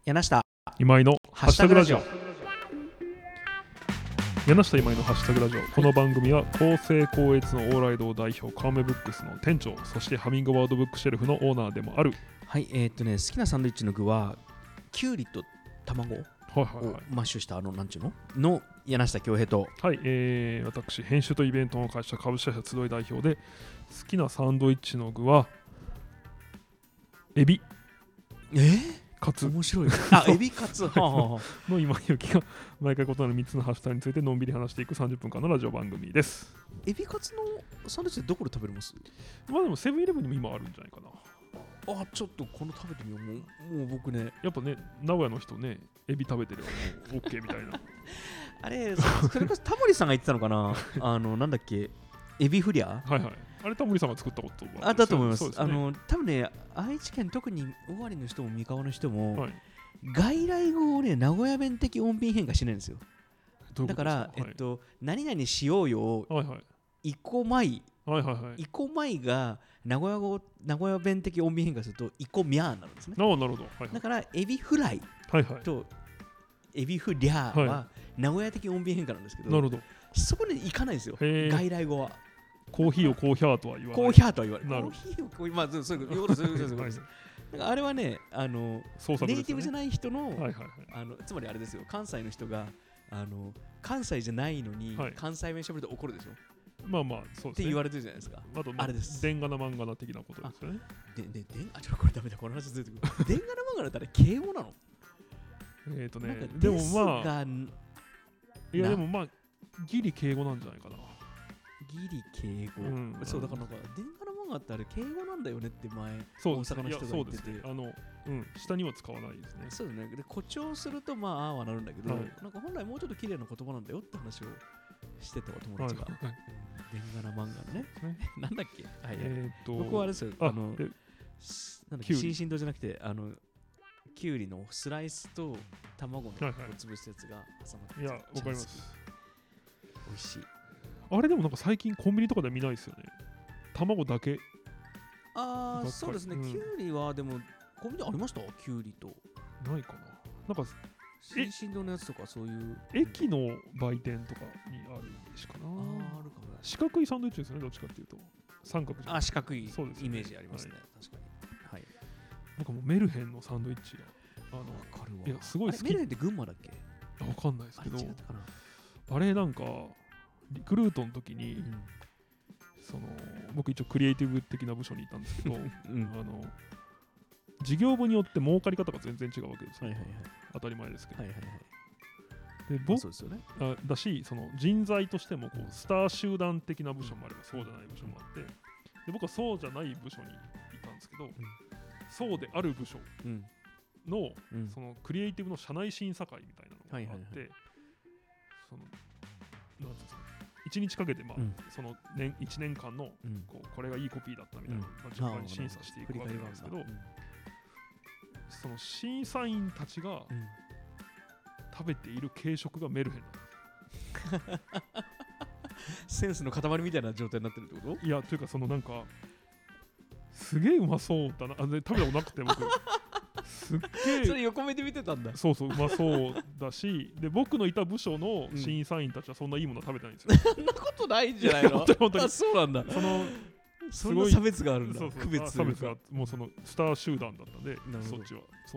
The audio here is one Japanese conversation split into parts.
柳下今井のハッシュタグラジオ。 ハッシュ柳下今井のハッシュタグラジオ。この番組は公正高越の往来堂代表川目ブックスの店長、そしてハミングバードブックシェルフのオーナーでもある。 はい、好きなサンドイッチの具はきゅうりと卵をマッシュしたなんちゅうの柳下恭平と、 はい、私編集とイベントの会社株式会社集い代表で、好きなサンドイッチの具はエビカツ面白いエビカツの今井由紀が毎回異なる3つのハッシュタグについてのんびり話していく30分間のラジオ番組です。 エビカツのサンドイッチってどこで食べれます？ まあでもセブンイレブンにも今あるんじゃないかな。 ちょっとこの食べてみよう。もう僕ね、 やっぱね、名古屋の人ね、エビ食べてるよ、もう OK みたいな。 あれ、それこそタモリさんが言ってたのかななんだっけ、エビフリア。 はいはい。あれタモリさんが作ったことはだと思います。 そうですね、 多分ね、愛知県特に尾張の人も三河の人も、 はい、 外来語をね、名古屋弁的音便変化しないんですよ。だから、 はい、 何々しようよ、 はいはい、 イコマイ、 はいはいはい、 イコマイが名古屋弁的音便変化するとイコミャーになるんですね。 なるほど、はいはい、 だからエビフライとエビフリャーは名古屋的音便変化なんですけど、 なるほど、 そこでいかないんですよ、外来語は。 コーヒーをコーヒャーとは言わない。 コーヒャーとは言わない。 なるコーヒーをコーヒー、まあそういうことです。あれはね、ネイティブじゃない人の、つまりあれですよ、関西の人が関西じゃないのに関西弁しゃべると怒るでしょ。 まあまあそうですね。 って言われてるじゃないですか。あれです。 でんがな漫画な的なことですよね。 ちょっとこれダメだ、この話ずれてくる。でんがな漫画だったら敬語なの？ でもまあ、いやでもまあ、ギリ敬語なんじゃないかな。 ギリ敬語。そうだからなんか、でんがな漫画ってあれ敬語なんだよねって前、大阪の人が言ってて。 下には使わないですね。 そうですね。で、誇張するとまあ、はなるんだけど、なんか本来もうちょっと綺麗な言葉なんだよって話をしてたお友達が。でんがな漫画のね。なんだっけ？僕はあれですよ。なんだっけ、新進堂じゃなくて、きゅうりのスライスと卵の潰したやつが挟まってて。 いや、わかります。 美味しい。 あれでもなんか最近コンビニとかで見ないですよね。卵だけ。 そうですね。きゅうりはでもコンビニありました？きゅうりと。 ないかな。なんか新進堂のやつとかそういう。 駅の売店とかにあるしかな。 あるかも。 四角いサンドイッチですよね、どっちかっていうと。三角じゃん。 四角いイメージありますね。確かに。はい。 なんかもうメルヘンのサンドイッチがわかるわ。 いやすごい好き。 メルヘンって群馬だっけ？ わかんないですけど、あれなんかリクルートの時に、僕一応クリエイティブ的な部署にいたんですけど、事業部によって儲かり方が全然違うわけですよ。当たり前ですけど。で僕だし、その人材としてもこうスター集団的な部署もあればそうじゃない部署もあって、で僕はそうじゃない部署にいたんですけど、そうである部署のそのクリエイティブの社内審査会みたいなのがあって、そのなんですかね、1日かけてその1年間のこれがいいコピーだったみたいな順番に審査していくわけなんですけど、その審査員たちが食べている軽食がメルヘンなんです。 センスの塊みたいな状態になってるってこと？ いや、というかなんかすげえうまそうだな。食べたことなくて僕すっげえそれ横目で見てたんだ。 そううまそうだし、で僕のいた部署の審査員たちはそんないいもの食べてないんですよ。 そんなことないんじゃないの？ 本当にそうなんだ。そんな差別があるんだ。区別差別がもうそのスター集団だったんで、そっちは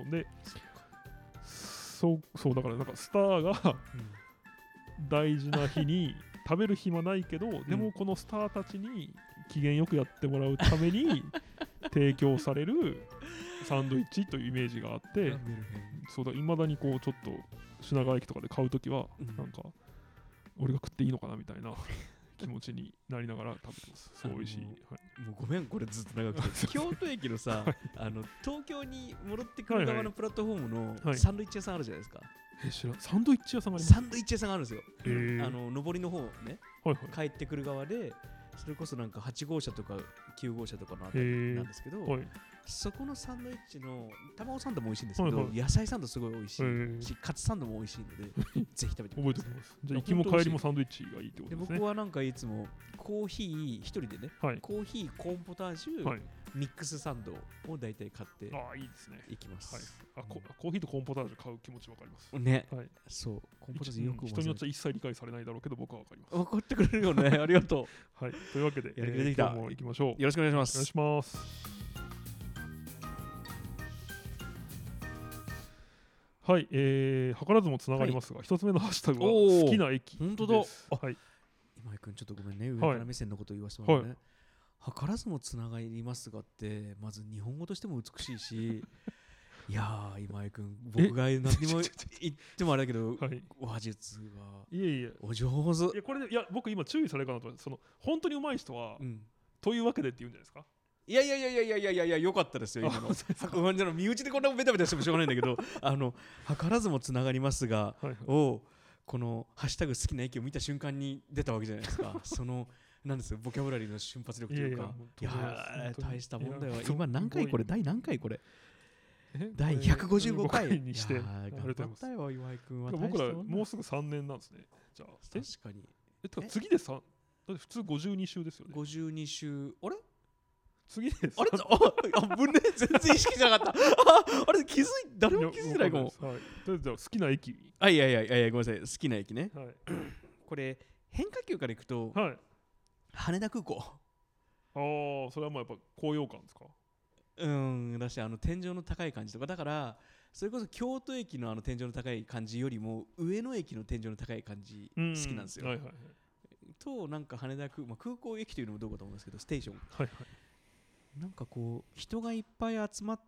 そうだからなんかスターが大事な日に食べる暇ないけど、でもこのスターたちに機嫌よくやってもらうために提供されるサンドイッチというイメージがあって、いまだにこうちょっと品川駅とかで買うときはなんか俺が食っていいのかなみたいな気持ちになりながら食べてます。すごい美味しい。もうごめん、これずっと長くて京都駅のさ東京に戻ってくる側のプラットフォームのサンドイッチ屋さんあるじゃないですか。 サンドイッチ屋さんがあります。 サンドイッチ屋さんがあるんですよ。上りの方ね、帰ってくる側で、それこそなんか8号車とか9号車とかのあたりなんですけど、そこのサンドイッチの卵サンドも美味しいんですけど、野菜サンドすごい美味しいし、カツサンドも美味しいのでぜひ食べてください。 覚えておきます。じゃあ行きも帰りもサンドイッチがいいってことですね。 僕はなんかいつもコーヒー一人でね、コーヒーコーンポタージュ、 ミックスサンドを大体買っていいですね。 いきます。 はい、コーヒーとコーンポタージュ買う気持ちわかります。 ね。 はい、 そう。コーンポタージュよく人によっては一切理解されないだろうけど僕はわかります。 分かってくれるよね。ありがとう。はい。というわけで、 やりできた。 今日も行きましょう。 よろしくお願いします。 お願いします。はい、図らずもつながりますが、一つ目のハッシュタグは好きな駅です。 本当だ。 はい。 今井君ちょっとごめんね、上から目線のことを言わせてもらうね。図らずもつながりますがってまず日本語としても美しいし、いやー今井君僕が何にも言ってもあれだけど、話術がお上手。 いやこれで僕今注意されるかなと思って、その本当に上手い人は、というわけでって言うんじゃないですか。 いや良かったですよ今の。身内でこんなベタベタしてもしょうがないんだけど、図らずもつながりますがをこのハッシュタグ好きな駅を見た瞬間に出たわけじゃないですか。そのなんですよ、ボキャブラリーの瞬発力というか、いや大したもんだよ。今何回これ、第何回これ、第155回にして頑張ったよ岩井君は。 僕らもうすぐ3年なんですね。じゃあ確かに次で3、普通52週ですよね。 52週、あれ次です。 あれぶね、全然意識しなかった。あれ気づい、誰も気づいてないかも。 とりあえず好きな駅。 いやごめんなさい、好きな駅ね。これ変化球からいくと羽田空港。 それはまあやっぱ高揚感ですか。 だし天井の高い感じとかだから、それこそ京都駅の天井の高い感じよりも上野駅の天井の高い感じ好きなんですよ。となんか羽田空港駅というのもどうかと思うんですけど、ステーション。なんかこう人がいっぱい集まって、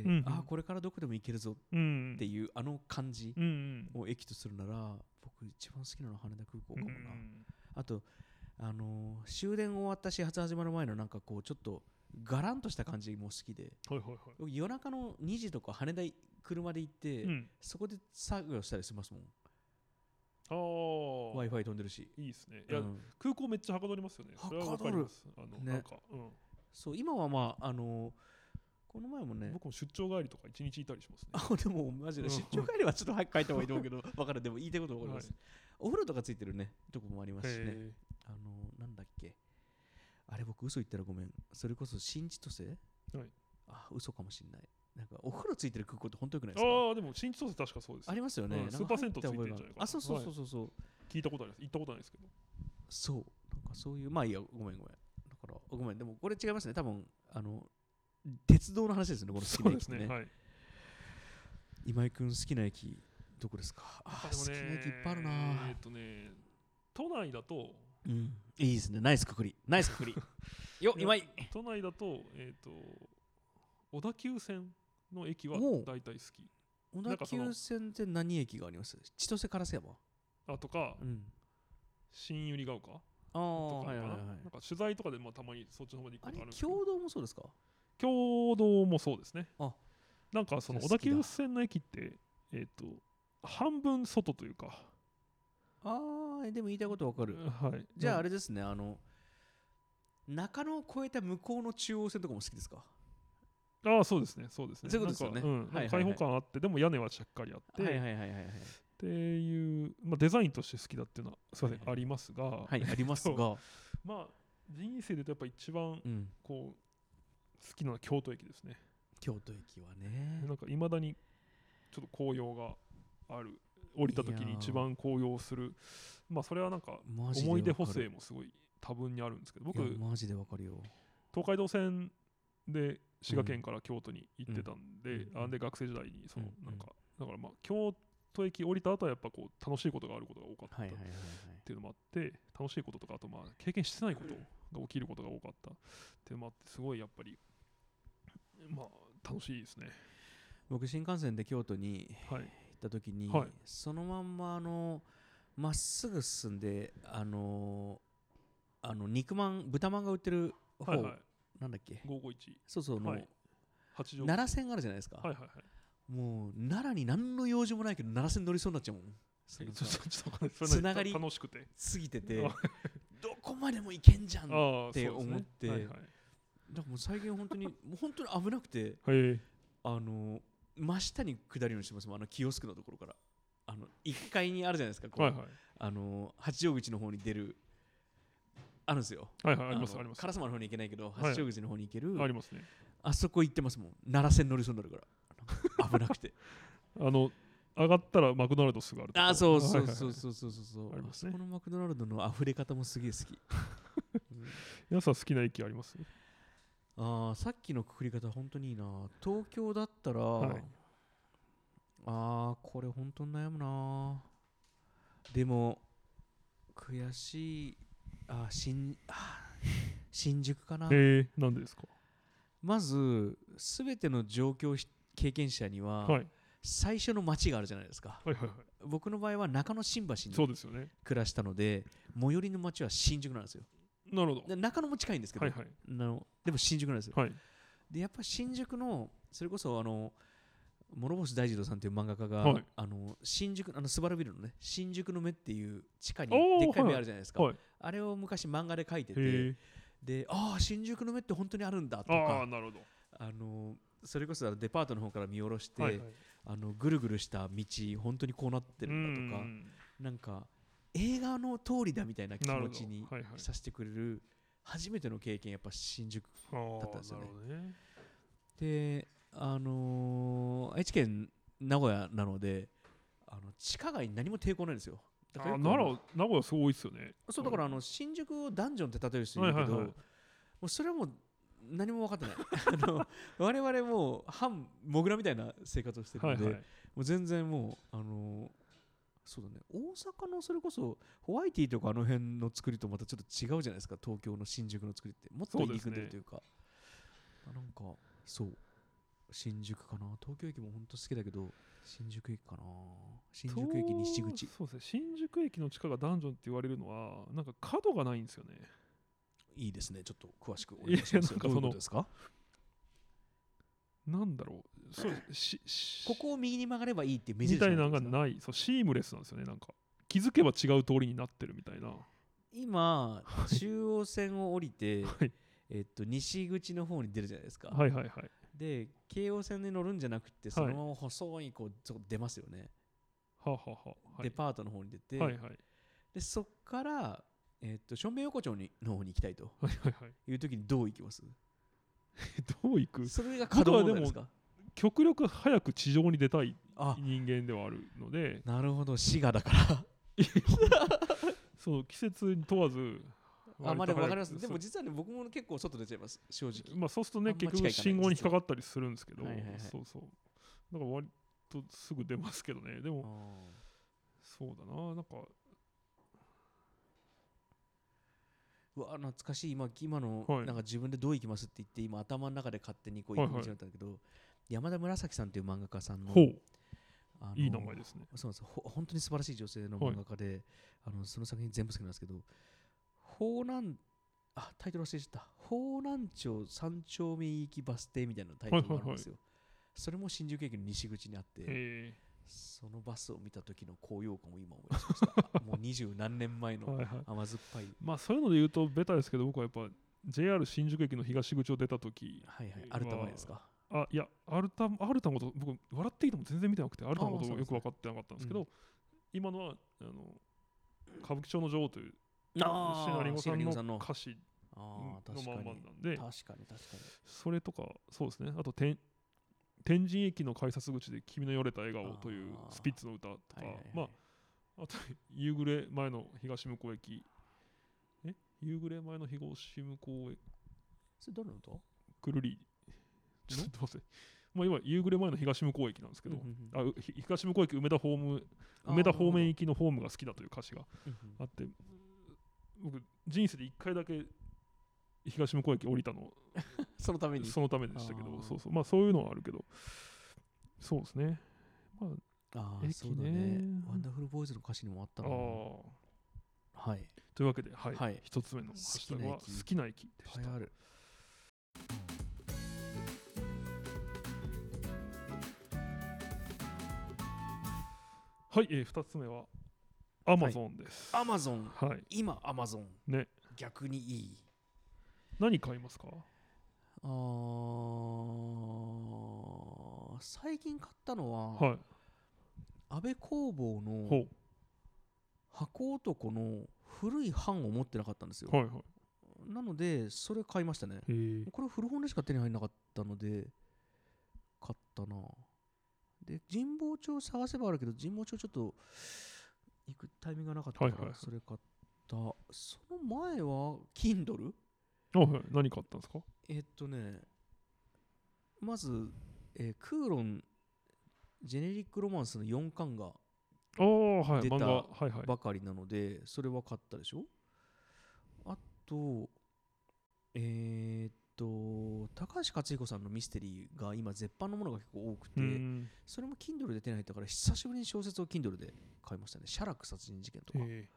これからどこでも行けるぞっていう感じを駅とするなら、僕一番好きなのは羽田空港かもな。あと終電終わった始発始まる前のなんかこうちょっとガランとした感じも好きで、夜中の2時とか羽田車で行って、そこで作業したりしますもん。Wi-Fi 飛んでるし。 いいですね。空港めっちゃはかどりますよね。それはわかります。なんかそう今はまあこの前もね、 僕も出張帰りとか1日いたりしますね。 でもマジで出張帰りはちょっと早く帰った方がいいと思うけど、分かる。でも言いたいこと分かります。お風呂とかついてるねとこもありますしね。なんだっけ、あれ僕嘘言ったらごめん。それこそ新千歳、嘘かもしんない。なんかお風呂ついてる空港って本当よくないですか。 でも新千歳確かそうです。 ありますよね。 スーパー銭湯ついてるんじゃないかな。 そう聞いたことあります。行ったことないですけど。 そうなんかそういう、まあいいや、ごめんだからごめん、でもこれ違いますね。多分鉄道の話ですね、この好きな駅ね。今井君好きな駅どこですか。好きな駅いっぱいあるな。 都内だといいですね。ナイスくくりよ、今井。 都内だと小田急線の駅は大体好き。 小田急線って何駅があります。千歳烏山とか新百合ヶ丘なんか取材とかでたまにそっちの方まで行くことあるんですけど。 共同もそうですか。 共同もそうですね。なんかその小田急線の駅って半分外というか。 でも言いたいことわかる。じゃああれですね、中野を越えた向こうの中央線とかも好きですか。 そうですね。 そういうことですよね。 開放感あってでも屋根はしっかりあってっていうデザインとして好きだっていうのはすいませんありますが、 ありますが、 まあ人生で言うとやっぱ一番こう好きなのは京都駅ですね。 京都駅はね、 なんかいまだにちょっと紅葉がある。降りた時に一番紅葉する。それはなんか思い出補正もすごい多分にあるんですけど、僕マジでわかるよ。 東海道線で滋賀県から京都に行ってたんで、で学生時代になんかだから京都駅降りた後はやっぱこう楽しいことがあることが多かったっていうのもあって、楽しいこととかあと経験してないことが起きることが多かったっていうのもあって、すごいやっぱり楽しいですね。 僕新幹線で京都に行った時に、そのまんままっすぐ進んで肉まん豚まんが売ってる方、なんだっけ、 551、 そうの奈良線あるじゃないですか。もう奈良に何の用事もないけど奈良線乗りそうになっちゃうもん。つながり楽しくて過ぎててどこまでも行けんじゃんって思って、だからもう最近本当に危なくて、真下に下るようにしてますもん。キオスクのところから1階にあるじゃないですか、こう八丈口の方に出るあるんですよ。 はいはい、ありますあります。 烏丸の方に行けないけど八丈口の方に行ける、 ありますね。 あそこ行ってますもん。奈良線乗りそうになるから危なくて上がったらマクドナルドすぐある。 あ、そうそうそうそうそうそう。ありますね。このマクドナルドの溢れ方もすげえ好き。 皆さん好きな駅あります？ さっきのくくり方本当にいいな。東京だったら、これ本当に悩むな。でも悔しい。新宿かな。 なんでですか？ まず全ての状況経験者には、最初の街があるじゃないですか。僕の場合は中野新橋に暮らしたので、最寄りの街は新宿なんですよ。 なるほど。 中野も近いんですけど、でも新宿なんですよ。でやっぱ新宿のそれこそ諸星大二郎さんという漫画家が、新宿スバルビルのね新宿の目っていう地下にでっかい目あるじゃないですか。あれを昔漫画で描いてて、で新宿の目って本当にあるんだとか、それこそデパートの方から見下ろして、ぐるぐるした道本当にこうなってるんだとか、なんか映画の通りだみたいな気持ちにさせてくれる初めての経験やっぱ新宿だったんですよね。で愛知県名古屋なので地下街に何も抵抗ないんですよ。 名古屋すごいですよね。 そうだから新宿をダンジョンって例える人いるけど、もうそれはもう何も分かってない我々もう反モグラみたいな生活をしてるので、もう全然もうそうだね、大阪のそれこそホワイティとか辺の作りとまたちょっと違うじゃないですか。東京の新宿の作りってもっと入り組んでるというか、なんかそう新宿かな。東京駅も本当好きだけど新宿駅かな。新宿駅西口。 そうですね、新宿駅の地下がダンジョンって言われるのはなんか角がないんですよね。 いいですね、ちょっと詳しくお願いします。どういうことですか？ なんだろう、 ここを右に曲がればいいっていう目印みたいなのがない。そうシームレスなんですよね。なんか気づけば違う通りになってるみたいな。 今中央線を降りて、西口の方に出るじゃないですか。で京王線に乗るんじゃなくてそのまま細いこう出ますよね。デパートの方に出て、でそっから正面横丁の方に行きたいという時にどう行きます？ どう行く？ それが可能なんですか？ 極力早く地上に出たい人間ではあるので。 なるほど、滋賀だからそう季節に問わず。 でも分かります。でも実はね僕も結構外出ちゃいます正直。 そうするとね結局信号に引っかかったりするんですけど、そうそうだから割とすぐ出ますけどね。でもそうだな、なんか懐かしい。今のなんか自分でどう行きますって言って今頭の中で勝手にこう行く道だったんだけど、山田紫さんという漫画家さんのいい名前ですね。 そうなんです。本当に素晴らしい女性の漫画家で、その作品全部好きなんですけど、タイトル忘れちゃった。方南町三丁目行きバス停みたいなタイトルがあるんですよ。それも新宿駅の西口にあって、そのバスを見た時の高揚感を今思い出しましたもう20何年前の甘酸っぱいそういうので言うとベタですけど、僕はやっぱ JR 新宿駅の東口を出た時アルタ前ですか？ いやアルタのこと僕笑っていても全然見てなくて、アルタのことよく分かってなかったんですけど、今のは歌舞伎町の女王という椎名林檎さんの歌詞のまんまなんで、 確かにそれとかそうですね。あと天神駅の改札口で君のよれた笑顔というスピッツの歌とか、あと夕暮れ前の東向駅、夕暮れ前の東向駅、 それどれの歌？ くるり、ちょっと待って、今夕暮れ前の東向駅なんですけど、東向駅梅田方面行きのホームが好きだという歌詞があって、僕人生で1回だけ東向駅降りたのそのためでしたけど、そういうのはあるけど、そうですね。 そうだね。ワンダフルボーイズの歌詞にもあったな。 というわけで、一つ目のハッシュタグは好きな駅でした。2つ目はアマゾンです。 アマゾン。今アマゾンね、逆にいい。 何買いますか？ 最近買ったのは、安倍工房の箱男の古い版を持ってなかったんですよ。 なのでそれ買いましたね。これ古本でしか手に入らなかったので買ったな。で神保町探せばあるけど神保町ちょっと行くタイミングがなかったからそれ買った。その前は Kindle。 何買ったんですか？ まず、クーロンジェネリックロマンスの4巻が出たばかりなのでそれは買ったでしょ。あと高橋克彦さんのミステリーが今絶版のものが結構多くて、それも Kindle で手に入ったから久しぶりに小説を Kindle で買いましたね。シャラク殺人事件とか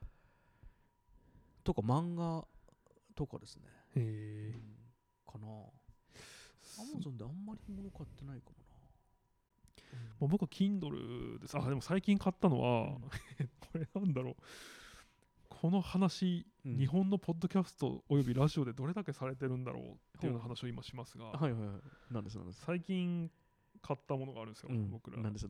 漫画とかですね。かな。Amazon であんまり物買ってないかもな。 僕は Kindle です。でも最近買ったのはこれなんだろう、この話、日本のポッドキャストおよびラジオでどれだけされてるんだろうっていうような話を今しますが、 なんです最近買ったものがあるんですよ、僕ら。 なんです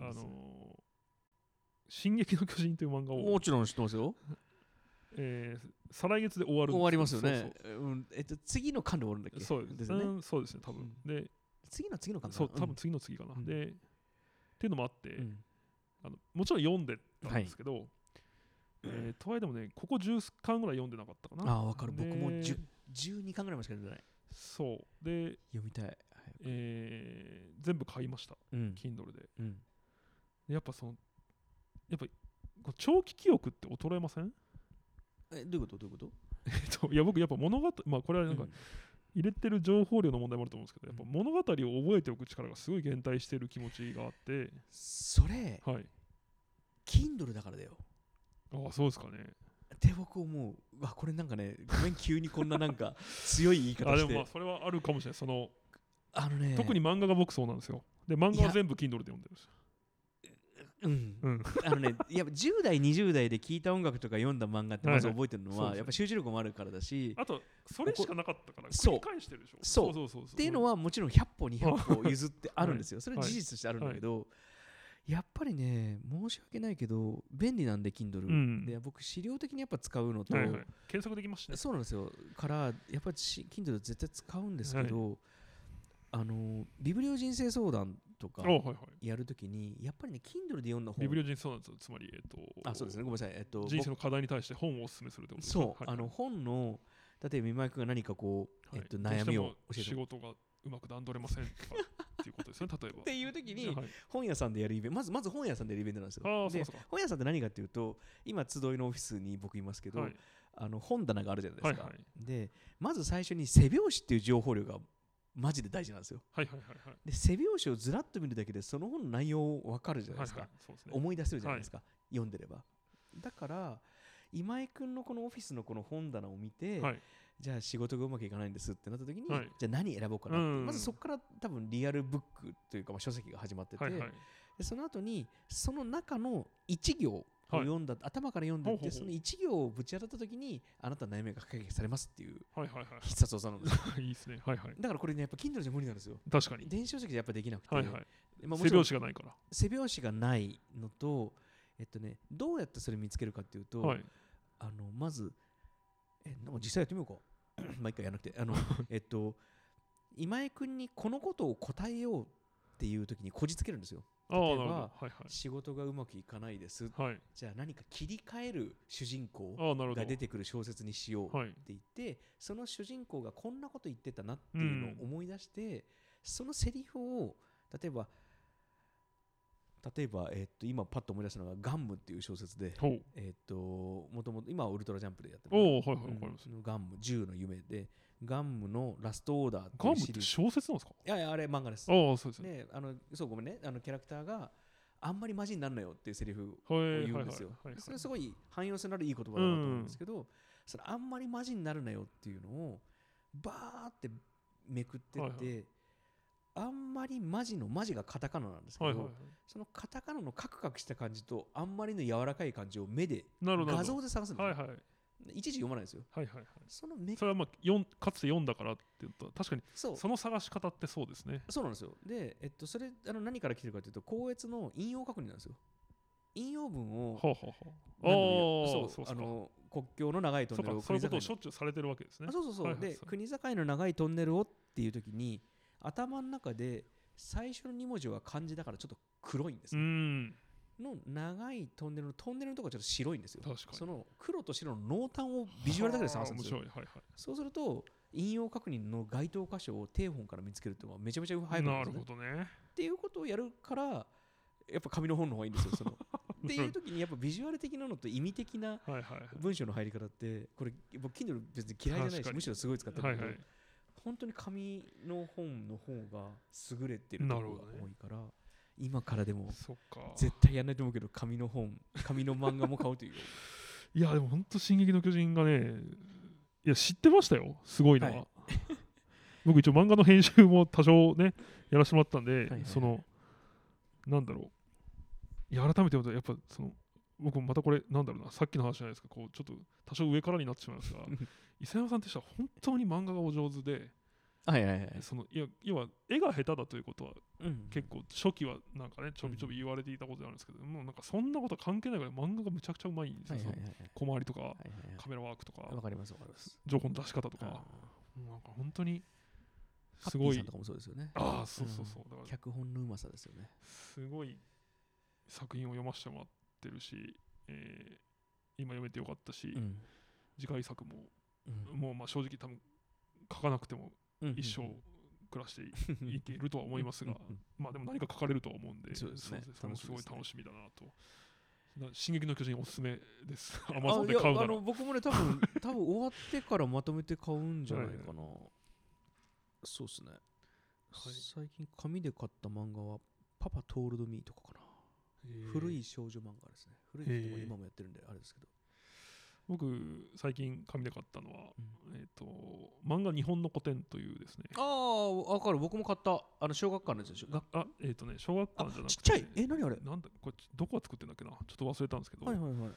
進撃の巨人という漫画をもちろん知ってますよ。 再来月で終わるんです。 終わりますよね。次の巻で終わるんだっけ？ そうですね、多分。で次の巻かな。 そう、多分次の次かな。でっていうのもあって、もちろん読んでたんですけど、とはいえでもね、ここ10巻ぐらい読んでなかったかな。 分かる。僕も12巻ぐらいまでしか読んでない。 そうで読みたい。 全部買いました、Kindle で。やっぱ長期記憶って衰えません？ どういうこと？ いや僕やっぱ物語、これはなんか入れてる情報量の問題もあると思うんですけど、やっぱ物語を覚えておく力がすごい減退してる気持ちがあって。 それ、Kindle だからだよ。 そうですかね。 って僕思う。これなんかね、ごめん急にこんななんか強い言い方して。 でもそれはあるかもしれない。特に漫画が僕そうなんですよ。で漫画は全部 Kindle で読んでるんですよ。 やっぱ10代20代で聴いた音楽とか読んだ漫画ってまず覚えてるのはやっぱ集中力もあるからだし、 あとそれしかなかったから繰り返してるでしょ。 そうっていうのはもちろん100歩200歩譲ってあるんですよ。それは事実としてあるんだけど、やっぱりね申し訳ないけど便利なんで Kindle で僕資料的にやっぱ使うのと検索できますしね。 そうなんですよ。からやっぱり Kindle 絶対使うんですけど、ビブリオ人生相談とかやるときにやっぱりね Kindle で読んだ本、 ビブリオ人生相談つまりそうですね、ごめんなさい、 人生の課題に対して本をお勧めするってことですか？ そう、本の例えば今井君が何かこう、悩みを教えて、 仕事がうまく段取れませんとかっていうことですね。例えばっていうときに、本屋さんでやるイベント、まず本屋さんでやるイベントなんですよ。で本屋さんって何かっていうと、今集いのオフィスに僕いますけど、本棚があるじゃないですか。でまず最初に背表紙っていう情報量がマジで大事なんですよ。で背表紙をずらっと見るだけでその本の内容分かるじゃないですか。思い出せるじゃないですか、読んでれば。だから今井君のこのオフィスのこの本棚を見て、じゃあ仕事がうまくいかないんですってなった時に、じゃあ何選ぼうかなって、まずそこから多分リアルブックというか、書籍が始まってて、でその後にその中の1行を読んだ、頭から読んでいって、その1行をぶち当たった時にあなたの悩みが解決されますっていう必殺技なんですよ。 いいですね。 だからこれねやっぱ Kindle じゃ無理なんですよ。 確かに電子書籍でやっぱできなくて、 背表紙がないから。 背表紙がないのと、どうやってそれ見つけるかっていうと、まず実際やってみようか。一回やらなくて、今井君にこのことを答えようっていう時にこじつけるんですよ。例えば、仕事がうまくいかないです、じゃあ何か切り替える主人公が出てくる小説にしようって言って、その主人公がこんなこと言ってたなっていうのを思い出して、そのセリフを例えば、今パッと思い出したのがガンムっていう小説で、もともと今はウルトラジャンプでやってるガンム10の夢で、ガンムのラストオーダーっていうシリーズ。ガンムって小説なんですか？ いやあれ漫画です。 そうですね。 そうごめんね、キャラクターがあんまりマジになるなよっていうセリフを言うんですよ。それすごい汎用性のあるいい言葉だなと思うんですけど、それあんまりマジになるなよっていうのをバーってめくってって、あんまりマジがカタカナなんですけど、そのカタカナのカクカクした感じとあんまりの柔らかい感じを目で画像で探すんですよ。いちいち読まないですよ。 それはかつて読んだからって言うと確かにその探し方ってそうですね。 そうなんですよ。で、それ何から来てるかというと、校閲の引用確認なんですよ。 引用文を国境の長いトンネルをそういうことをしょっちゅうされてるわけですね。 で国境の長いトンネルをっていう時に頭の中で最初の2文字は漢字だからちょっと黒いんですよ。の長いトンネルのところちょっと白いんですよ。その黒と白の濃淡をビジュアルだけで探すんですよ。そうすると引用確認の該当箇所を定本から見つけるっていうのはめちゃめちゃ早くなるんですね。なるほどね。っていうことをやるからやっぱ紙の本の方がいいんですよ。っていう時にやっぱビジュアル的なのと意味的な文章の入り方ってこれ僕 Kindle 別に嫌いじゃないしむしろすごい使ってるけど、本当に紙の本の方が優れてるところが多いから。今からでも絶対やらないと思うけど紙の漫画も買うといういやでも本当進撃の巨人がねいや知ってましたよすごいな、僕一応漫画の編集も多少ねやらせてもらったんで、なんだろういや改めて思うとやっぱ僕もまたこれなんだろうなさっきの話じゃないですかこうちょっと多少上からになってしまいますが伊勢山さんって人は本当に漫画がお上手で要は絵が下手だということは、結構初期はなんかねちょびちょび言われていたことなんですけど、もうなんかそんなこと関係ないぐらい漫画がむちゃくちゃうまいんですよ。小回りとか、カメラワークとか、情報の出し方とか、なんか本当にすごい。ハッピーさんとかもそうですよね。そうだから脚本のうまさですよね。 すごい作品を読ませてもらってるし、今読めてよかったし、次回作も、もうまあ正直多分書かなくても一生暮らしていけるとは思いますがまあでも何か書かれるとは思うんで、それもすごい楽しみだなと。進撃の巨人おすすめです。Amazon で買うなら。 僕もね多分終わってからまとめて買うんじゃないかな。そうですね。最近紙で買った漫画はパパトールドミーとかかな。古い少女漫画ですね。古い人も今もやってるんであれですけど。 僕最近紙で買ったのは、漫画日本の古典というですね。 分かる。僕も買った小学館のやつでしょ。 小学館じゃなくてちっちゃい何あれなんだこれどこが作ってんだっけなちょっと忘れたんですけど、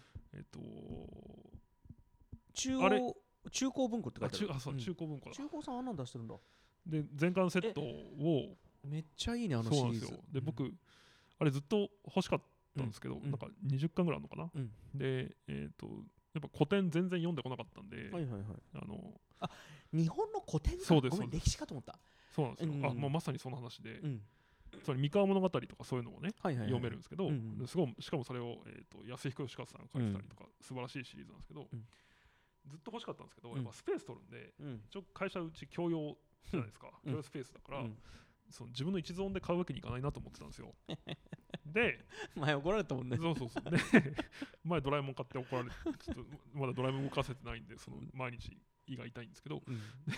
中高文庫って書いてある。 中高文庫だ。 中高さんあんなん出してるんだ。 で全巻セットをめっちゃいいねシリーズ。 で僕あれずっと欲しかったんですけど、なんか20巻ぐらいあるのかな。でやっぱ古典全然読んでこなかったんで、 日本の古典そうです。 ごめん歴史かと思った。 そうなんですよ。もうまさにその話で、三河物語とかそういうのもね読めるんですけど、しかもそれを安彦義和さんが書いてたりとか素晴らしいシリーズなんですけど、ずっと欲しかったんですけど、やっぱスペース取るんで、会社うち共用じゃないですか。共用スペースだから。自分の一存で買うわけにいかないなと思ってたんですよ。で前怒られたもんね。 そうで前ドラえもん買って怒られてちょっとまだドラえもん動かせてないんで毎日胃が痛いんですけど、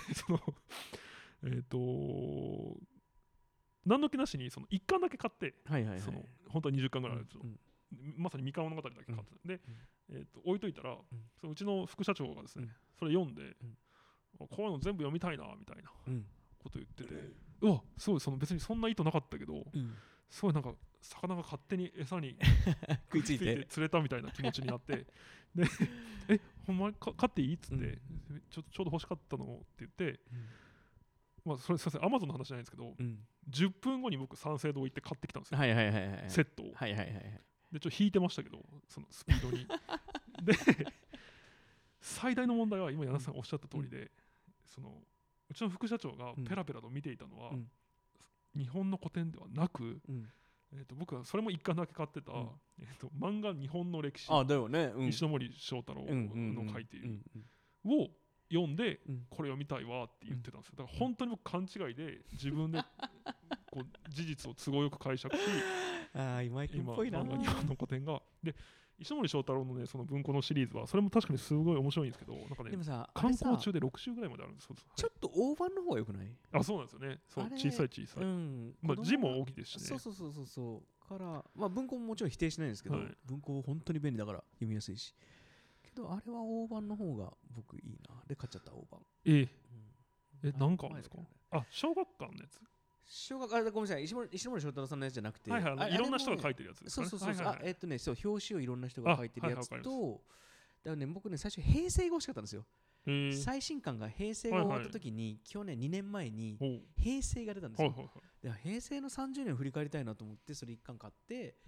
何の気なしに1巻だけ買って本当は20巻ぐらいあるんですよ。まさに三河物語だけ買ってで置いといたらうちの副社長がですねそれ読んでこういうの全部読みたいなみたいなこと言ってて、うわすごい別にそんな意図なかったけど、すごいなんか魚が勝手に餌に食いついて釣れたみたいな気持ちになってでほんまに買っていいっつって、ちょうど欲しかったのって言って、まあそれすいません Amazon の話じゃないんですけど、10分後に僕三省堂行って買ってきたんですよ、セットを。でちょっと引いてましたけどそのスピードにで最大の問題は今柳さんがおっしゃった通りで、うちの副社長がペラペラと見ていたのは、日本の古典ではなく、僕はそれも一巻だけ買ってた、漫画日本の歴史、石森章太郎の書いているを読んで、これ読みたいわって言ってたんですよ。だから本当に僕勘違いで自分でこう事実を都合よく解釈し今井君っぽいな。 漫画日本の古典がで石森章太郎のねその文庫のシリーズはそれも確かにすごい面白いんですけど、なんかねでもさ刊行中で6週ぐらいまであるんです。 ちょっと大判の方がよくない？ そうなんですよね。小さい、まあ字も大きいですしね。 そうからまあ文庫ももちろん否定しないんですけど、文庫本当に便利だから読みやすいし、けどあれは大判の方が僕いいな。で買っちゃった大判。 なんかあるんですか？小学館のやつ。 ごめんなさい、石森章太郎さんのやつじゃなくて、 いろんな人が書いてるやつですね。 そう表紙をいろんな人が書いてるやつと、だからね僕ね最初平成が欲しかったんですよ。最新刊が平成が終わった時に、去年2年前に平成が出たんですよ。平成の30年を振り返りたいなと思ってそれ1巻買って、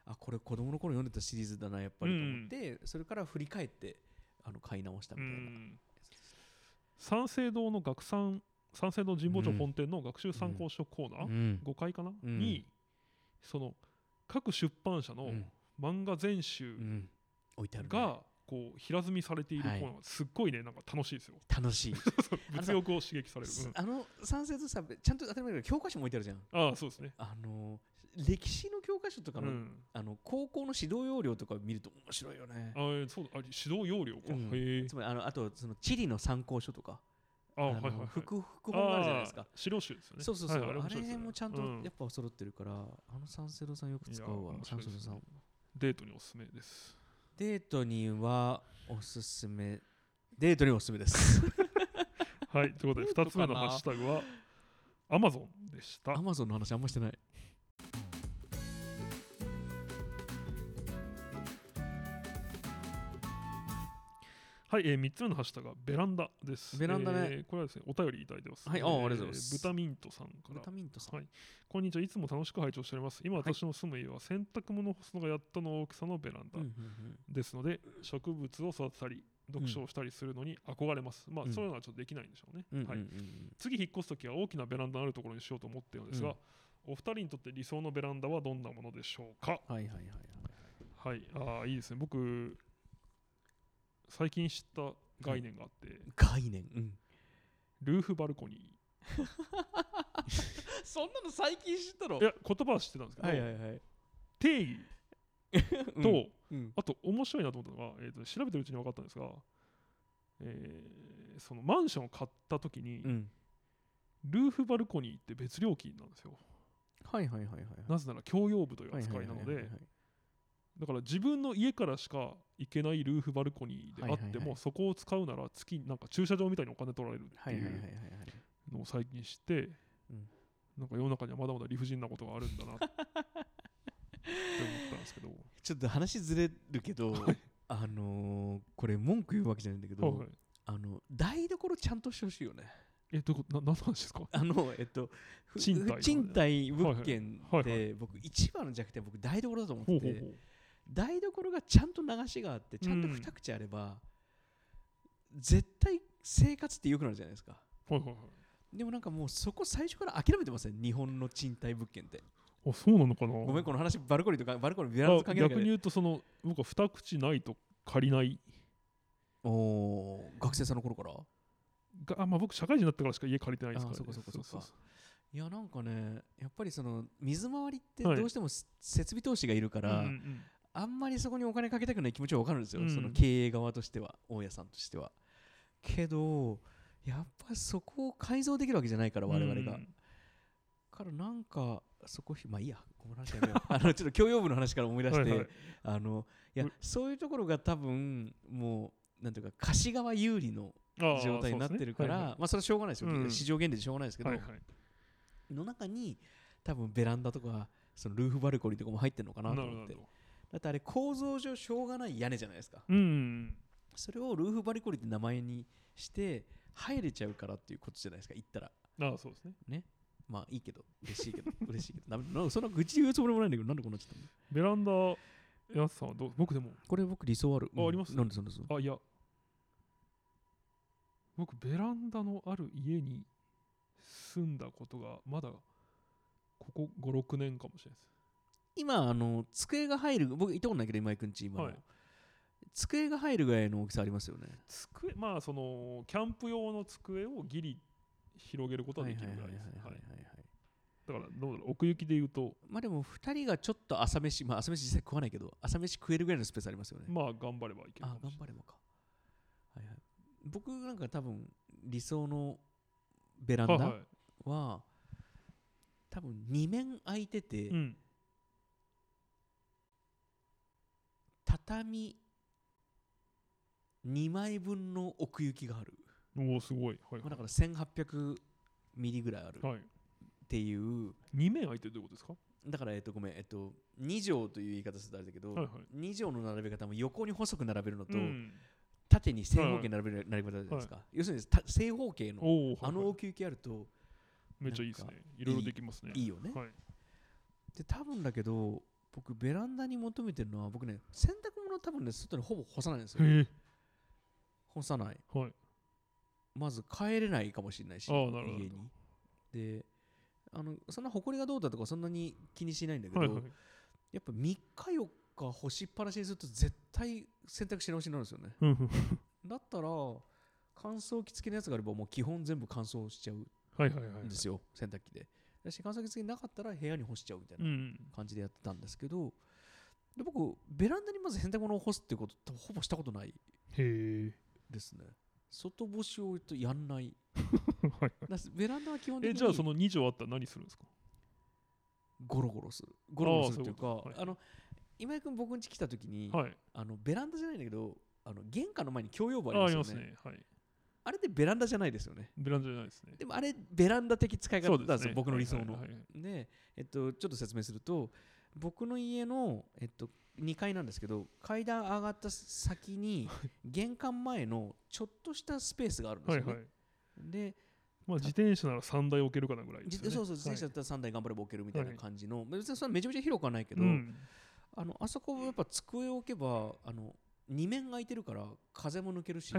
これ子供の頃読んでたシリーズだなやっぱりと思って、それから振り返って買い直したみたいな。 三省堂の三省堂神保町本店の学習参考書コーナー、5階かな、にその各出版社の漫画全集がこう平積みされているコーナーがすっごいねなんか楽しいですよ。 楽しい。 物欲を刺激される。 三省堂さちゃんと当たり前だけど教科書も置いてあるじゃん。 ああそうですね。 歴史の教科書とかの、高校の指導要領とか見ると面白いよね。 そう指導要領か。 つまりあとその地理の参考書とか。副本があるじゃないですか。 資料集ですよね。 そうそうそう。あれもちゃんとやっぱ揃ってるから、三省堂さんよく使うわ。三省堂さん。 デートにおすすめです。 デートにはおすすめ。デートにおすすめです。 はい。ということで2つ目のハッシュタグは Amazon でした。 Amazon の話あんましてない。 はい、3つ目のハッシュタグはベランダです。 ベランダね。 これはですね、お便りいただいてます。 はい、ありがとうございます。 豚ミントさんから。 豚ミントさん。 はい。こんにちは。いつも楽しく拝聴しております。今私の住む家は洗濯物を干すのがやっとの大きさのベランダですので、植物を育てたり、読書をしたりするのに憧れます。まあ、そういうのはちょっとできないんでしょうね。はい。次引っ越すときは大きなベランダのあるところにしようと思っているのですが、お二人にとって理想のベランダはどんなものでしょうか。 はいはいはいはい。はい。いいですね。僕、最近知った概念があって、 概念、 ルーフバルコニー。 そんなの最近知ったの？ いや言葉は知ってたんですけど、定義と、あと面白いなと思ったのが、調べてるうちに分かったんですが、そのマンションを買った時に、ルーフバルコニーって別料金なんですよ。なぜなら共用部という扱いなので、だから自分の家からしか行けないルーフバルコニーであっても、そこを使うなら月なんか駐車場みたいにお金取られるっていうのを最近知って、なんか世の中にはまだまだ理不尽なことがあるんだなって思ったんですけど。 ちょっと話ずれるけど、これ文句言うわけじゃないんだけど、台所ちゃんとしてほしいよね。 どこ何の話ですか？ 賃貸物件で僕一番の弱点は僕台所だと思ってて、台所がちゃんと流しがあってちゃんと2口あれば、絶対生活って良くなるじゃないですか。でもなんかもうそこ最初から諦めてません、日本の賃貸物件って。 あ、そうなのかな。 ごめん、この話バルコニーとかバルコニーベランダ関係ない。 逆に言うと僕は2口ないと借りない。 学生さんの頃からまあ、僕社会人になってからしか家借りてないですからね。 いやなんかね、やっぱりその水回りってどうしても設備投資がいるから、あんまりそこにお金かけたくない気持ちは分かるんですよ、その経営側としては、大家さんとしては。けどやっぱそこを改造できるわけじゃないから我々が。からなんかそこまあいいや、この話やめよう。ちょっと教養部の話から思い出して、いやそういうところが多分もうなんていうか貸し側有利の状態になってるから、まあそれはしょうがないですよ、市場原理でしょうがないですけど、の中に多分ベランダとかそのルーフバルコニーとかも入ってるのかなと思って。だってあれ構造上しょうがない屋根じゃないですか。それをルーフバルコニーって名前にして入れちゃうからっていうことじゃないですか、言ったら。 そうですね。 まあいいけど、嬉しいけどそんな愚痴言うつもりもないんだけど、なんでこうなっちゃったの。 ベランダやつさんはどう？僕でもこれ僕理想ある。 あります。 なんでそんなそう？ いや僕ベランダのある家に住んだことがまだここ 5,6 年かもしれないです。 今机が入る、僕行ったことないけど今井くんち今の、机が入るぐらいの大きさありますよね。 机、まあそのキャンプ用の机をギリ広げることはできるぐらいです。だからどうだろう、奥行きで言うと、 まあでも2人がちょっと朝飯、まあ朝飯実際食わないけど朝飯食えるぐらいのスペースありますよね。 まあ頑張ればいけるかもしれない。 頑張ればか。僕なんか多分理想のベランダは多分2面空いてて、畳2枚分の奥行きがある。 おおすごい。 だから1800ミリぐらいあるっていう。 2面空いてるどういうことですか？ だからごめん2畳という言い方するとあれだけど、2畳の並べ方も横に細く並べるのと、縦に正方形に並べる並べ方じゃないですか。要するに正方形の奥行きあるとめっちゃいいですね。いろいろできますね。 いいよね。で多分だけど僕ベランダに求めてるのは、僕ね、洗濯物多分ね、外にほぼ干さないんですよ。干さない。 はい、 まず帰れないかもしれないし、家に。で、そんな埃がどうだとかそんなに気にしないんだけど、はいはい、やっぱ3日4日干しっぱなしにすると絶対洗濯し直しになるんですよね。だったら乾燥機付きのやつがあればもう基本全部乾燥しちゃうんですよ、洗濯機で。だし乾燥機付きなかったら部屋に干しちゃうみたいな感じでやってたんですけど、で僕ベランダにまず洗濯物を干すっていうことほぼしたことないですね。外干しをやんないベランダは基本的にじゃあその2畳あったら何するんですか？ ゴロゴロするっていうか、今井君僕ん家来た時に、はい、ベランダじゃないんだけど玄関の前に共用部ありますよね。あれってベランダじゃないですよね。 ベランダじゃないですね。 でもあれベランダ的使い方なんですよ、僕の理想の。で、ちょっと説明すると、僕の家の、2階なんですけど、階段上がった先に玄関前のちょっとしたスペースがあるんですよね。はいはい、で、 自転車なら3台置けるかなぐらいですよね。 そうそう、自転車だったら3台頑張れば置けるみたいな感じの、別にそれめちゃめちゃ広くはないけど、あそこやっぱ机を置けば2面空いてるから風も抜けるし、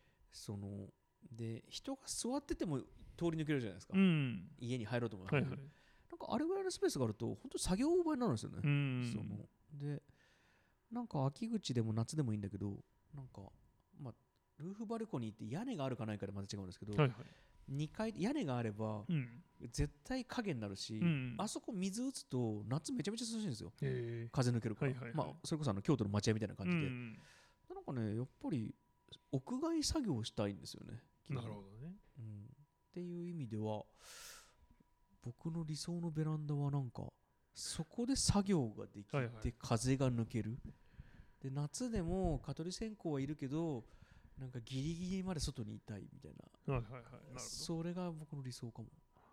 で人が座ってても通り抜けるじゃないですか、家に入ろうと思う、なんかあれぐらいのスペースがあると本当作業場になるんですよね。でなんか秋口でも夏でもいいんだけど、なんかルーフバルコニーって屋根があるかないかでまた違うんですけど、2階屋根があれば絶対影になるし、あそこ水打つと夏めちゃめちゃ涼しいんですよ、風抜けるから。それこそ京都の町屋みたいな感じで、なんかねやっぱり屋外作業したいんですよね。 なるほどね、 っていう意味では僕の理想のベランダはなんかそこで作業ができて風が抜ける、で夏でも蚊取り線香はいるけどなんかギリギリまで外にいたいみたいな、それが僕の理想かも。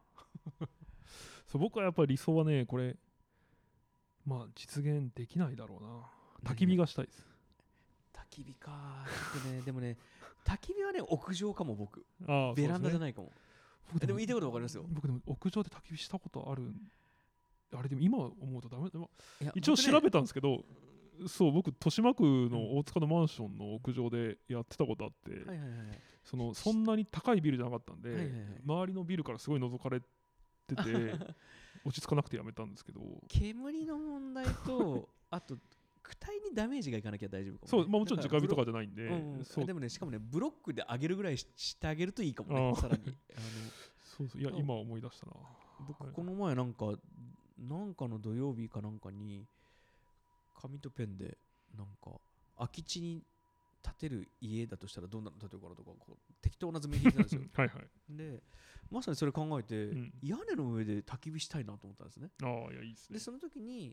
そう、僕はやっぱり理想はね、これ実現できないだろうな。焚き火がしたいです。 焚き火かでもね焚き火はね屋上かも。僕ベランダじゃないかも。でも言いたいこと分かりますよ。 僕でも屋上で焚き火したことある。あれでも今思うとダメ。一応調べたんですけど、そう、僕豊島区の大塚のマンションの屋上でやってたことあって、そんなに高いビルじゃなかったんで、周りのビルからすごい覗かれてて落ち着かなくてやめたんですけど、 煙の問題とあと躯体にダメージがいかなきゃ大丈夫かも、 そう、もちろん直火とかじゃないんで、 でもね、しかもねブロックで上げるぐらいしてあげるといいかもね。さらにいや今思い出したな。 僕この前なんかの土曜日かなんかに紙とペンでなんか空き地に建てる家だとしたらどんなの建てるかなとか適当な図面引いてたんですよ。でまさにそれ考えて、屋根の上で焚き火したいなと思ったんですね。 いやいいですね。 でその時に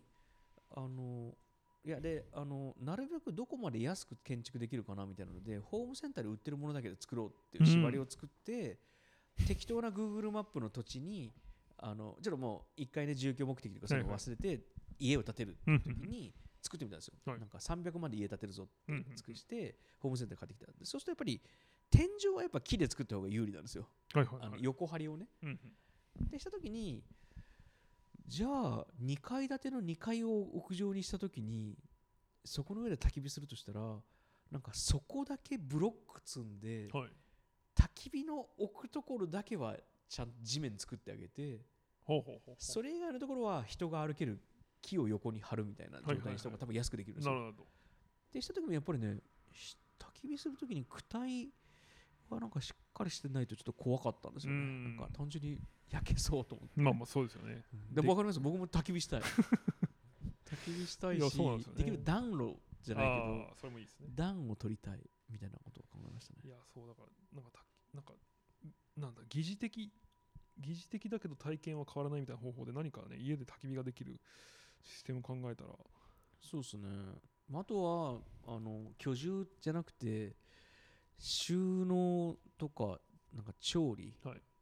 なるべくどこまで安く建築できるかなみたいなので、ホームセンターで売ってるものだけで作ろうっていう縛りを作って、適当な Google マップの土地にちょっともう1回ね住居目的とかそういうのを忘れて家を建てる時に作ってみたんですよ。なんか300万で家建てるぞって作りしてホームセンターで買ってきた。そうするとやっぱり天井はやっぱ木で作った方が有利なんですよ。横張りをね。でした時にじゃあ2階建ての2階を屋上にした時にそこの上で焚き火するとしたら、なんかそこだけブロック積んで、焚き火の置くところだけはちゃんと地面作ってあげて、それ以外のところは人が歩ける木を横に張るみたいな状態にした方が多分安くできるんですよ。でした時もやっぱりね、焚き火する時に躯体がなんかしっかりしてないとちょっと怖かったんですよね。なんか単純に焼けそうと思って。 そうですよね。 で分かります。僕も焚き火したい。焚き火したいし、できる暖炉じゃないけど、 それもいいですね。 暖を取りたいみたいなことを考えましたね。 いや、そうだからなんだ疑似的だけど体験は変わらないみたいな方法で何かね、家で焚き火ができるシステムを考えたら、 そうですね。あとは居住じゃなくて収納とかなんか調理、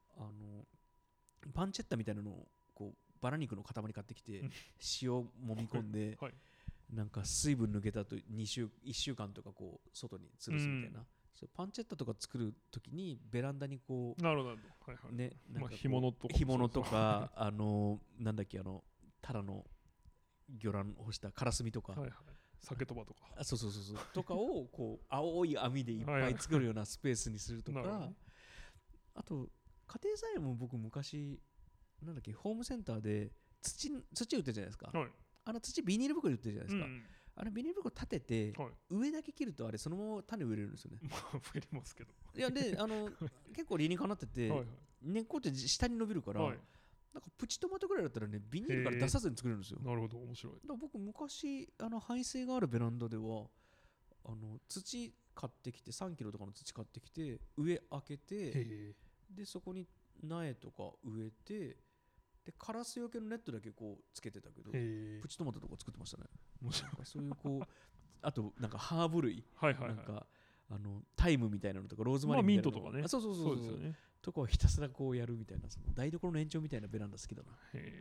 パンチェッタみたいなのをこうバラ肉の塊買ってきて塩もみ込んで、なんか水分抜けたと1週間とかこう外に吊るすみたいな、パンチェッタとか作るときにベランダにこう干物とかなんだっけただの魚卵干したカラスミとか、 はいはい、酒とばとか、 そうとかをこう青い網でいっぱい作るようなスペースにするとか、あと家庭菜園も僕昔なんだっけホームセンターで土売ってるじゃないですか、土ビニール袋売ってるじゃないですか、あれビニール袋立てて、上だけ切るとあれそのまま種植えれるんですよね。 植えれますけど。 いやで結構理にかなってて、根っこって下に伸びるから、なんかプチトマトぐらいだったらねビニールから出さずに作れるんですよ。 なるほど、面白い。 だから僕昔排水があるベランダでは土買ってきて3キロとかの土買ってきて上開けて、でそこに苗とか植えて、でカラスよけのネットだけこうつけてたけど、プチトマトとか作ってましたね。そういうこうあとなんかハーブ類、なんかタイムみたいなのとかローズマリーみたいなの、 ミントとかね、 そうですよね、とかをひたすらこうやるみたいな、その台所の延長みたいなベランダ好きだな。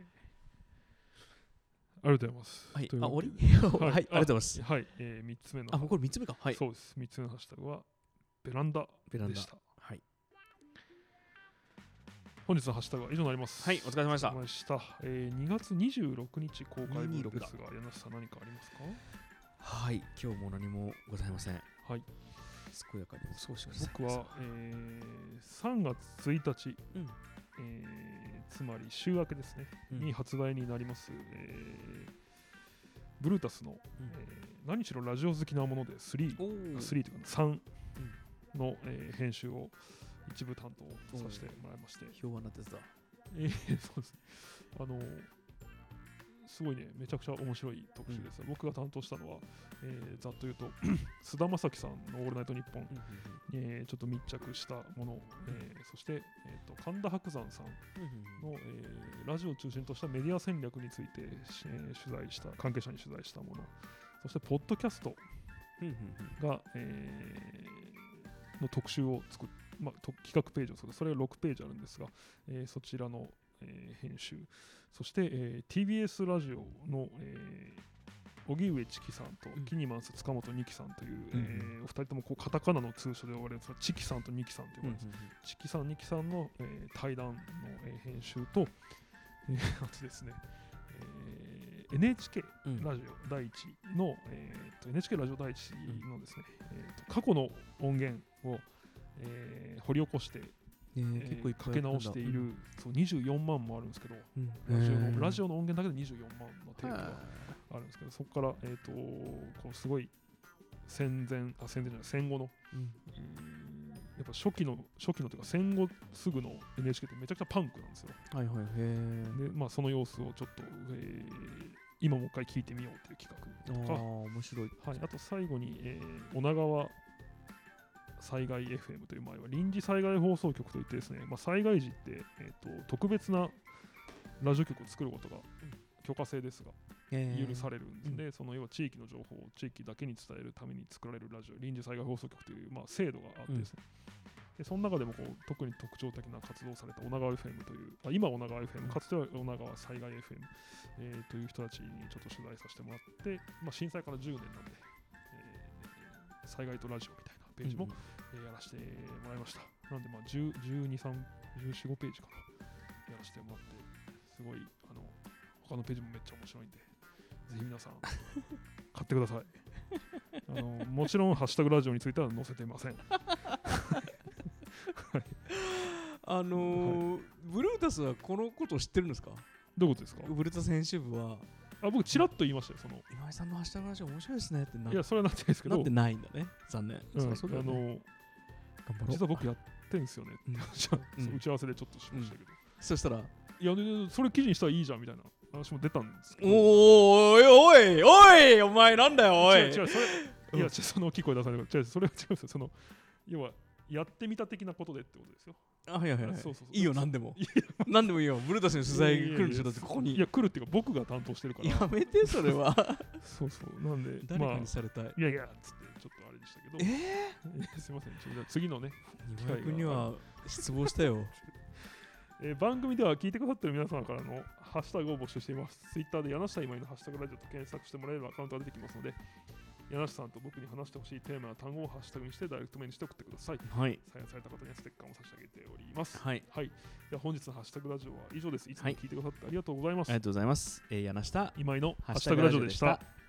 ありがとうございます。 はい、終わりはい、ありがとうございます。 はい、3つ目の。 これ3つ目か。はい。 そうです。3つ目のハッシュタグは、ベランダでした。 はい。 本日のハッシュタグは以上になります。 はい、お疲れ様でした。 2月26日公開分ですが、柳さん何かありますか？ はい、今日も何もございません。 はい。 健やかにお過ごしください。 僕は、3月1日、つまり週明けですね、に発売になります、ブルータスの、何しろラジオ好きなもので3というか3の、編集を一部担当させてもらいまして、 評判なってた。 そうですね。すごいね、めちゃくちゃ面白い特集です。僕が担当したのは、ざっと言うと菅田将暉さんの「オールナイトニッポン」にちょっと密着したもの、そして、神田伯山さんの、ラジオを中心としたメディア戦略について、取材した関係者に取材したもの、そしてポッドキャストが、の特集を作っ企画ページを作る、それが6ページあるんですが、そちらの編集、そして、TBS ラジオの、荻上チキさんとキニマンス塚本二木さんという、お二人ともこうカタカナの通称で呼ばれるチキさんと二木さんと呼ばれる、チキさん二木さんの、対談の、編集と、あとですね、NHK ラジオ第一の、NHK ラジオ第一のですね、過去の音源を、掘り起こして結構かけ直している、そう24万もあるんですけど、ラジオの音源だけで24万のテープがあるんですけど、そこから、こうすごい戦後の、やっぱ初期のというか戦後すぐの NHK ってめちゃくちゃパンクなんですよ。で、その様子をちょっと、今もう一回聞いてみようという企画とか、 面白い。 はい、あと最後に、女川災害 FM という前は臨時災害放送局といってですね、災害時って、特別なラジオ局を作ることが許可制ですが、許されるんで、その要は地域の情報を地域だけに伝えるために作られるラジオ、臨時災害放送局という、制度があってですね、でその中でもこう特に特徴的な活動をされた女川 FM という、今女川 FM、かつては女川災害 FM、という人たちにちょっと取材させてもらって、震災から10年なんで、災害とラジオみたいなページも、やらせてもらいました。なんで12、13、14、5ページかなやらせてもらって、すごい他のページもめっちゃ面白いんで、ぜひ皆さん買ってください。もちろんハッシュタグラジオについては載せていません。 ブルータスはこのことを知ってるんですか？ どういうことですか？ ブルータス編集部は僕ちらっと言いましたよ。 今井さんのハッシュタグラジオ面白いですねっていや、それはなってないですけど、 なってないんだね。残念。 実は僕やってんすよね。打ち合わせでちょっとしましたけど、 そしたら、 いや、それ記事にしたらいいじゃんみたいな話も出たんですけど、 おいお前なんだよおい。 違うそれ、いや、その大きい声出さないで、それは違うんですよ。要はやってみた的なことでってことですよ。 いいよ、何でも。何でもいいよ。ブルータスに取材来るんでしょ、だってここに。 いや、来るっていうか、僕が担当してるから。 やめて、それは。 なんで、 誰かにされたい。 いやいや、つって、ちょっとあれでしたけど。すいません、次のね、 機会には失望したよ。 番組では聞いてくださってる皆様からのハッシュタグを募集しています。ツイッターで柳下今井のハッシュタグラジオと検索してもらえればアカウントが出てきますので、 柳下さんと僕に話してほしいテーマや単語をハッシュタグにしてダイレクトメールにして送ってください。 はい。 採用された方にはステッカーも差し上げております。 はい。 はい。では本日のハッシュタグラジオは以上です。いつも聞いてくださってありがとうございます。 ありがとうございます。柳下今井のハッシュタグラジオでした。